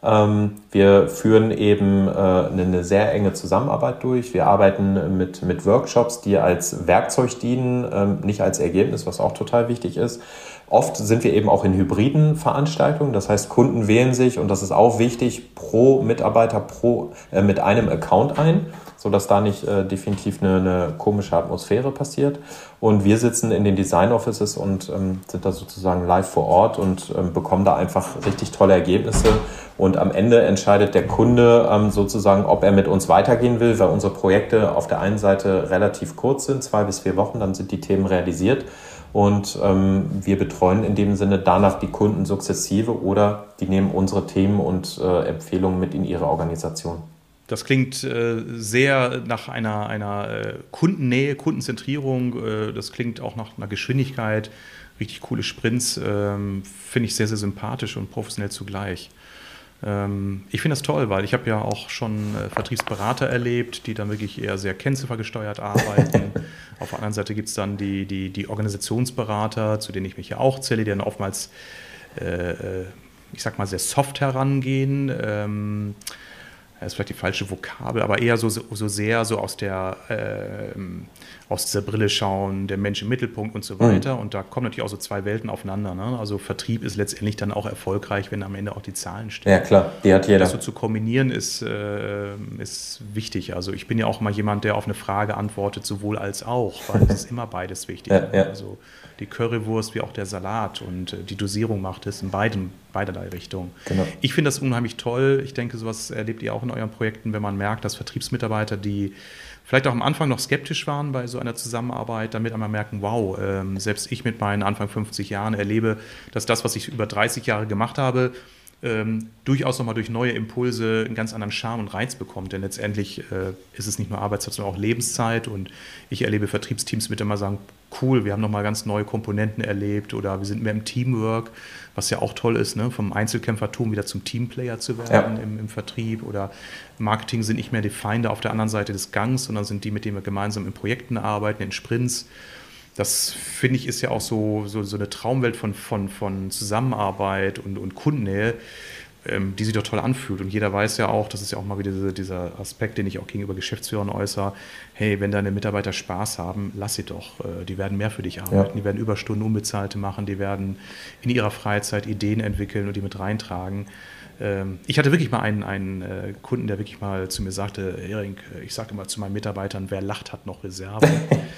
Wir führen eben eine sehr enge Zusammenarbeit durch. Wir arbeiten mit, mit Workshops, die als Werkzeug dienen, nicht als Ergebnis, was auch total wichtig ist. Oft sind wir eben auch in hybriden Veranstaltungen. Das heißt, Kunden wählen sich, und das ist auch wichtig, pro Mitarbeiter pro, äh, mit einem Account ein. sodass da nicht äh, definitiv eine, eine komische Atmosphäre passiert. Und wir sitzen in den Design Offices und ähm, sind da sozusagen live vor Ort und ähm, bekommen da einfach richtig tolle Ergebnisse. Und am Ende entscheidet der Kunde ähm, sozusagen, ob er mit uns weitergehen will, weil unsere Projekte auf der einen Seite relativ kurz sind, zwei bis vier Wochen, dann sind die Themen realisiert. Und ähm, wir betreuen in dem Sinne danach die Kunden sukzessive oder die nehmen unsere Themen und äh, Empfehlungen mit in ihre Organisation. Das klingt äh, sehr nach einer, einer äh, Kundennähe, Kundenzentrierung. Äh, das klingt auch nach einer Geschwindigkeit. Richtig coole Sprints. Ähm, finde ich sehr, sehr sympathisch und professionell zugleich. Ähm, ich finde das toll, weil ich habe ja auch schon äh, Vertriebsberater erlebt, die dann wirklich eher sehr kennziffergesteuert arbeiten. Auf der anderen Seite gibt es dann die, die, die Organisationsberater, zu denen ich mich ja auch zähle, die dann oftmals, äh, ich sag mal, sehr soft herangehen. Ähm, das ist vielleicht die falsche Vokabel, aber eher so, so sehr so aus der äh, aus dieser Brille schauen, der Mensch im Mittelpunkt und so weiter. Mhm. Und da kommen natürlich auch so zwei Welten aufeinander. Ne? Also Vertrieb ist letztendlich dann auch erfolgreich, wenn am Ende auch die Zahlen stehen. Ja klar, die hat jeder. Das so zu kombinieren ist, äh, ist wichtig. Also ich bin ja auch mal jemand, der auf eine Frage antwortet, sowohl als auch, weil es ist immer beides wichtig. Ja, ja. Also die Currywurst wie auch der Salat und äh, die Dosierung macht es in beiden, beiderlei Richtungen. Genau. Ich finde das unheimlich toll. Ich denke, sowas erlebt ihr auch in euren Projekten, wenn man merkt, dass Vertriebsmitarbeiter, die vielleicht auch am Anfang noch skeptisch waren bei so einer Zusammenarbeit, damit einmal merken, wow, ähm, selbst ich mit meinen Anfang fünfzig Jahren erlebe, dass das, was ich über dreißig Jahre gemacht habe, ähm, durchaus nochmal durch neue Impulse einen ganz anderen Charme und Reiz bekommt. Denn letztendlich äh, ist es nicht nur Arbeitszeit, sondern auch Lebenszeit. Und ich erlebe Vertriebsteams mit immer sagen, cool, wir haben nochmal ganz neue Komponenten erlebt oder wir sind mehr im Teamwork, was ja auch toll ist, ne? Vom Einzelkämpfertum wieder zum Teamplayer zu werden, ja. im, im Vertrieb. Oder Marketing sind nicht mehr die Feinde auf der anderen Seite des Gangs, sondern sind die, mit denen wir gemeinsam in Projekten arbeiten, in Sprints. Das, finde ich, ist ja auch so, so, so eine Traumwelt von, von, von Zusammenarbeit und, und Kundennähe, ähm, die sich doch toll anfühlt. Und jeder weiß ja auch, das ist ja auch mal wieder dieser, dieser Aspekt, den ich auch gegenüber Geschäftsführern äußere, hey, wenn deine Mitarbeiter Spaß haben, lass sie doch. Äh, die werden mehr für dich arbeiten, ja. Die werden Überstunden, Unbezahlte machen, die werden in ihrer Freizeit Ideen entwickeln und die mit reintragen. Ich hatte wirklich mal einen, einen Kunden, der wirklich mal zu mir sagte, Hering, ich sage immer zu meinen Mitarbeitern, wer lacht, hat noch Reserve.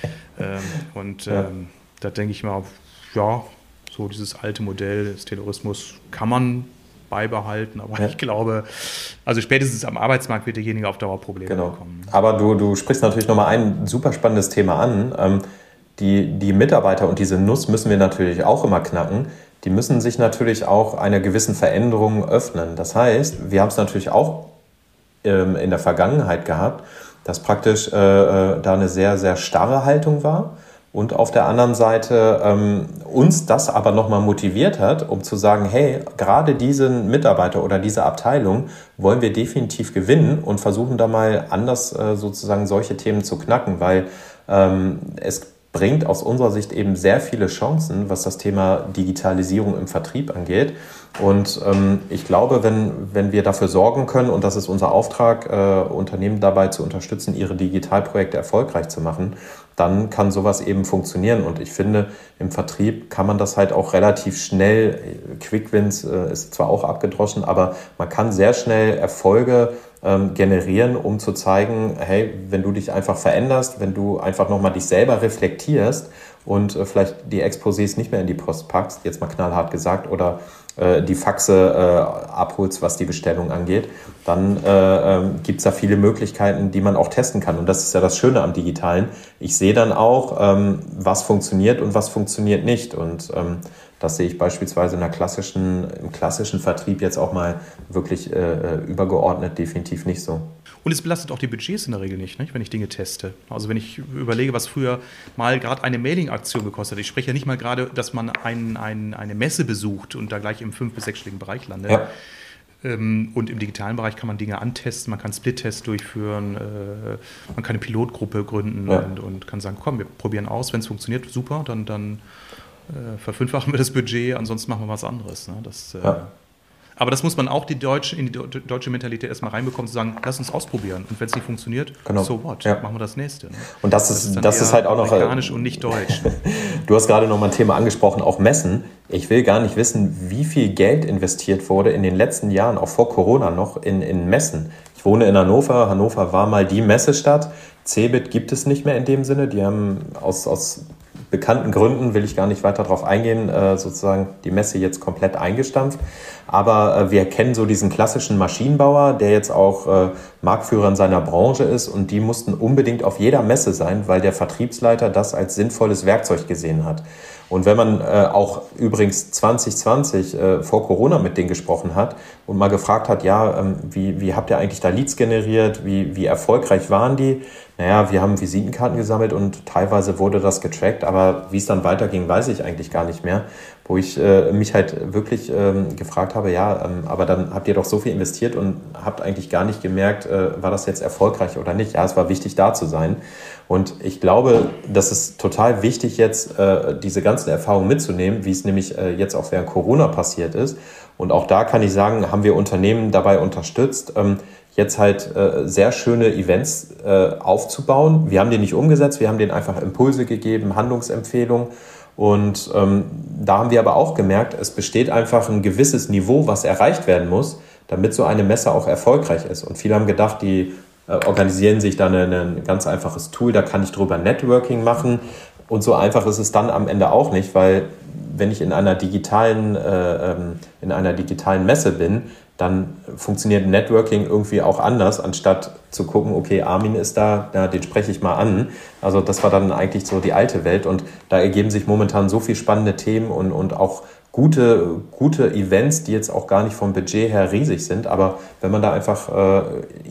Und ja. ähm, da denke ich mal, ja, so dieses alte Modell des Terrorismus kann man beibehalten, aber ja. ich glaube, also spätestens am Arbeitsmarkt wird derjenige auf Dauer Probleme genau. bekommen. Aber du, du sprichst natürlich nochmal ein super spannendes Thema an. Die, die Mitarbeiter und diese Nuss müssen wir natürlich auch immer knacken. Die müssen sich natürlich auch einer gewissen Veränderung öffnen. Das heißt, wir haben es natürlich auch ähm, in der Vergangenheit gehabt, dass praktisch äh, da eine sehr, sehr starre Haltung war und auf der anderen Seite ähm, uns das aber nochmal motiviert hat, um zu sagen, hey, gerade diesen Mitarbeiter oder diese Abteilung wollen wir definitiv gewinnen und versuchen da mal anders äh, sozusagen solche Themen zu knacken, weil ähm, es bringt aus unserer Sicht eben sehr viele Chancen, was das Thema Digitalisierung im Vertrieb angeht. Und ähm, ich glaube, wenn, wenn wir dafür sorgen können, und das ist unser Auftrag, äh, Unternehmen dabei zu unterstützen, ihre Digitalprojekte erfolgreich zu machen, dann kann sowas eben funktionieren. Und ich finde, im Vertrieb kann man das halt auch relativ schnell, Quick-Wins äh, ist zwar auch abgedroschen, aber man kann sehr schnell Erfolge ähm, generieren, um zu zeigen, hey, wenn du dich einfach veränderst, wenn du einfach nochmal dich selber reflektierst und äh, vielleicht die Exposés nicht mehr in die Post packst, jetzt mal knallhart gesagt, oder äh, die Faxe äh, abholst, was die Bestellung angeht, dann äh, äh, gibt es da viele Möglichkeiten, die man auch testen kann. Und das ist ja das Schöne am Digitalen. Ich sehe dann auch, ähm, was funktioniert und was funktioniert nicht. Und ähm, das sehe ich beispielsweise in der klassischen, im klassischen Vertrieb jetzt auch mal wirklich äh, übergeordnet definitiv nicht so. Und es belastet auch die Budgets in der Regel nicht, nicht, wenn ich Dinge teste. Also wenn ich überlege, was früher mal gerade eine Mailing-Aktion gekostet hat. Ich spreche ja nicht mal gerade, dass man ein, ein, eine Messe besucht und da gleich im fünf- bis sechsstelligen Bereich landet. Ja. Und im digitalen Bereich kann man Dinge antesten, man kann Split-Tests durchführen, man kann eine Pilotgruppe gründen ja. und, und kann sagen, komm, wir probieren aus, wenn es funktioniert, super, dann, dann äh, verfünffachen wir das Budget, ansonsten machen wir was anderes. Ne? Das, äh, ja. Aber das muss man auch die deutsche, in die deutsche Mentalität erstmal reinbekommen, zu sagen, lass uns ausprobieren. Und wenn es nicht funktioniert, genau. so what? Ja. Machen wir das nächste. Ne? Und das ist, das ist, das ist halt auch noch amerikanisch und nicht deutsch. Du hast gerade noch mal ein Thema angesprochen, auch Messen. Ich will gar nicht wissen, wie viel Geld investiert wurde in den letzten Jahren, auch vor Corona noch, in, in Messen. Ich wohne in Hannover. Hannover war mal die Messestadt. Cebit gibt es nicht mehr in dem Sinne. Die haben aus, aus bekannten Gründen, will ich gar nicht weiter darauf eingehen, äh, sozusagen die Messe jetzt komplett eingestampft. Aber äh, wir kennen so diesen klassischen Maschinenbauer, der jetzt auch äh, Marktführer in seiner Branche ist. Und die mussten unbedingt auf jeder Messe sein, weil der Vertriebsleiter das als sinnvolles Werkzeug gesehen hat. Und wenn man äh, auch übrigens zwanzig zwanzig äh, vor Corona mit denen gesprochen hat und mal gefragt hat, ja, ähm, wie, wie habt ihr eigentlich da Leads generiert, wie, wie erfolgreich waren die? Naja, wir haben Visitenkarten gesammelt und teilweise wurde das getrackt, aber wie es dann weiterging, weiß ich eigentlich gar nicht mehr. Wo ich äh, mich halt wirklich ähm, gefragt habe, ja, ähm, aber dann habt ihr doch so viel investiert und habt eigentlich gar nicht gemerkt, äh, war das jetzt erfolgreich oder nicht. Ja, es war wichtig, da zu sein. Und ich glaube, das ist total wichtig, jetzt äh, diese ganzen Erfahrungen mitzunehmen, wie es nämlich äh, jetzt auch während Corona passiert ist. Und auch da kann ich sagen, haben wir Unternehmen dabei unterstützt, ähm, jetzt halt äh, sehr schöne Events äh, aufzubauen. Wir haben die nicht umgesetzt, wir haben denen einfach Impulse gegeben, Handlungsempfehlungen. Und ähm, da haben wir aber auch gemerkt, es besteht einfach ein gewisses Niveau, was erreicht werden muss, damit so eine Messe auch erfolgreich ist. Und viele haben gedacht, die äh, organisieren sich dann ein, ein ganz einfaches Tool, da kann ich drüber Networking machen. Und so einfach ist es dann am Ende auch nicht, weil wenn ich in einer digitalen, äh, in einer digitalen Messe bin, dann funktioniert Networking irgendwie auch anders, anstatt zu gucken, okay, Armin ist da, ja, den spreche ich mal an. Also das war dann eigentlich so die alte Welt und da ergeben sich momentan so viele spannende Themen und, und auch gute, gute Events, die jetzt auch gar nicht vom Budget her riesig sind, aber wenn man da einfach äh,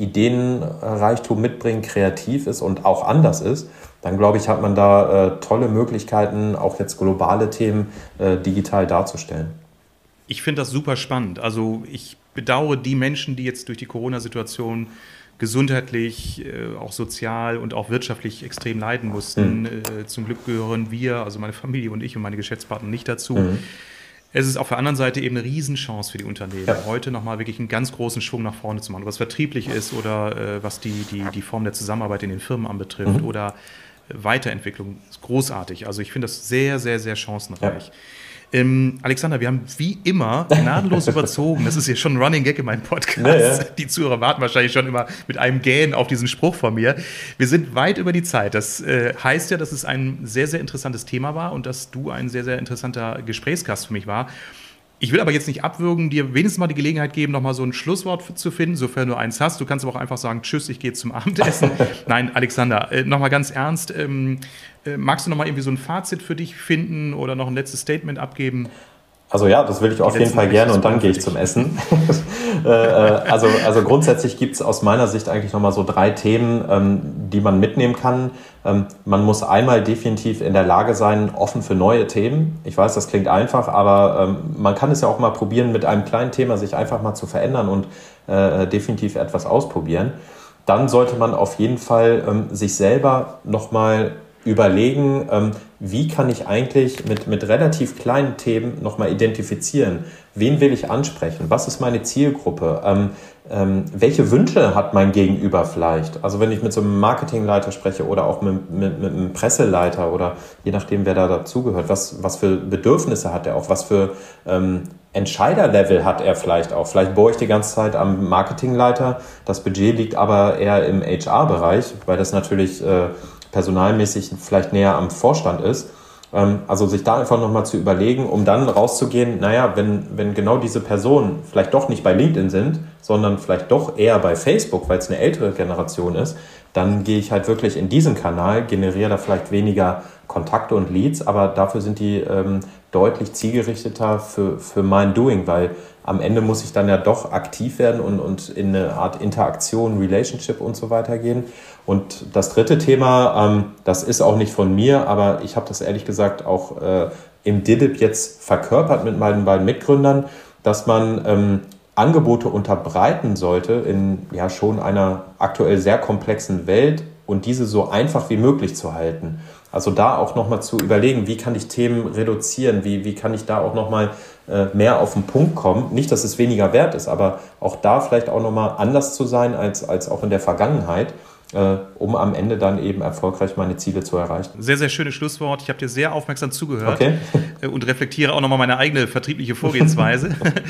Ideenreichtum mitbringt, kreativ ist und auch anders ist, dann glaube ich, hat man da äh, tolle Möglichkeiten, auch jetzt globale Themen äh, digital darzustellen. Ich finde das super spannend. Also ich bedauere die Menschen, die jetzt durch die Corona-Situation gesundheitlich, äh, auch sozial und auch wirtschaftlich extrem leiden mussten. Mhm. Äh, zum Glück gehören wir, also meine Familie und ich und meine Geschäftspartner nicht dazu. Mhm. Es ist auf der anderen Seite eben eine Riesenchance für die Unternehmen, ja. heute nochmal wirklich einen ganz großen Schwung nach vorne zu machen, was vertrieblich ist oder äh, was die, die, die Form der Zusammenarbeit in den Firmen anbetrifft mhm. oder Weiterentwicklung. Ist großartig. Also ich finde das sehr, sehr, sehr chancenreich. Ja. Ähm, Alexander, wir haben wie immer gnadenlos überzogen. Das ist hier schon ein Running Gag in meinem Podcast. Ja, ja. Die Zuhörer warten wahrscheinlich schon immer mit einem Gähnen auf diesen Spruch von mir. Wir sind weit über die Zeit. Das äh, heißt ja, dass es ein sehr, sehr interessantes Thema war und dass du ein sehr, sehr interessanter Gesprächsgast für mich war. Ich will aber jetzt nicht abwürgen, dir wenigstens mal die Gelegenheit geben, nochmal so ein Schlusswort zu finden, sofern du eins hast. Du kannst aber auch einfach sagen, tschüss, ich gehe zum Abendessen. Nein, Alexander, äh, nochmal ganz ernst. Ähm, äh, magst du nochmal irgendwie so ein Fazit für dich finden oder noch ein letztes Statement abgeben? Also ja, das will ich auf jeden Fall gerne und dann gehe ich zum Essen. äh, also, also grundsätzlich gibt es aus meiner Sicht eigentlich nochmal so drei Themen, ähm, die man mitnehmen kann. Ähm, man muss einmal definitiv in der Lage sein, offen für neue Themen. Ich weiß, das klingt einfach, aber ähm, man kann es ja auch mal probieren, mit einem kleinen Thema sich einfach mal zu verändern und äh, definitiv etwas ausprobieren. Dann sollte man auf jeden Fall ähm, sich selber nochmal überlegen, ähm, wie kann ich eigentlich mit, mit relativ kleinen Themen nochmal identifizieren? Wen will ich ansprechen? Was ist meine Zielgruppe? Ähm, ähm, welche Wünsche hat mein Gegenüber vielleicht? Also wenn ich mit so einem Marketingleiter spreche oder auch mit, mit, mit einem Presseleiter oder je nachdem, wer da dazugehört, was, was für Bedürfnisse hat er auch? Was für ähm, Entscheiderlevel hat er vielleicht auch? Vielleicht bohre ich die ganze Zeit am Marketingleiter. Das Budget liegt aber eher im H R-Bereich, weil das natürlich äh, personalmäßig vielleicht näher am Vorstand ist. Also sich da einfach nochmal zu überlegen, um dann rauszugehen, naja, wenn, wenn genau diese Personen vielleicht doch nicht bei LinkedIn sind, sondern vielleicht doch eher bei Facebook, weil es eine ältere Generation ist, dann gehe ich halt wirklich in diesen Kanal, generiere da vielleicht weniger Kontakte und Leads, aber dafür sind die ähm, deutlich zielgerichteter für, für mein Doing, weil am Ende muss ich dann ja doch aktiv werden und, und in eine Art Interaktion, Relationship und so weiter gehen. Und das dritte Thema, ähm, das ist auch nicht von mir, aber ich habe das ehrlich gesagt auch äh, im D I D I B jetzt verkörpert mit meinen beiden Mitgründern, dass man ähm, Angebote unterbreiten sollte in ja schon einer aktuell sehr komplexen Welt und diese so einfach wie möglich zu halten. Also da auch nochmal zu überlegen, wie kann ich Themen reduzieren, wie, wie kann ich da auch nochmal äh, mehr auf den Punkt kommen. Nicht, dass es weniger wert ist, aber auch da vielleicht auch nochmal anders zu sein als, als auch in der Vergangenheit, äh, um am Ende dann eben erfolgreich meine Ziele zu erreichen. Sehr, sehr schönes Schlusswort. Ich habe dir sehr aufmerksam zugehört okay. und reflektiere auch nochmal meine eigene vertriebliche Vorgehensweise.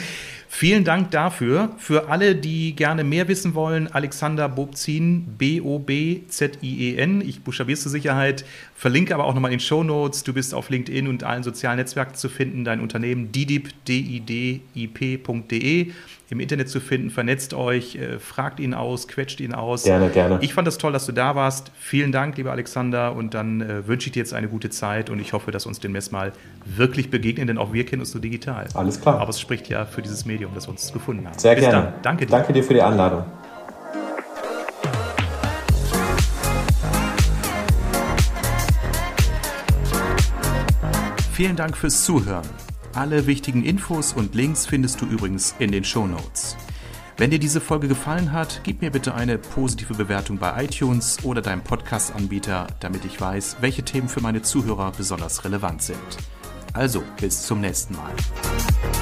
Vielen Dank dafür. Für alle, die gerne mehr wissen wollen, Alexander Bobzien, B O B Z I E N. Ich buchstabiere es zur Sicherheit, verlinke aber auch nochmal in den Shownotes. Du bist auf LinkedIn und allen sozialen Netzwerken zu finden. Dein Unternehmen didip, D I D I P Punkt D E, im Internet zu finden. Vernetzt euch, äh, fragt ihn aus, quetscht ihn aus. Gerne, gerne. Ich fand es toll, dass du da warst. Vielen Dank, lieber Alexander. Und dann äh, wünsche ich dir jetzt eine gute Zeit und ich hoffe, dass uns demnächst mal wirklich begegnen, denn auch wir kennen uns so digital. Alles klar. Aber es spricht ja für dieses Medium, das wir uns gefunden haben. Sehr Bis gerne. dann. Danke dir. Danke dir für die Einladung. Vielen Dank fürs Zuhören. Alle wichtigen Infos und Links findest du übrigens in den Shownotes. Wenn dir diese Folge gefallen hat, gib mir bitte eine positive Bewertung bei iTunes oder deinem Podcast-Anbieter, damit ich weiß, welche Themen für meine Zuhörer besonders relevant sind. Also, bis zum nächsten Mal.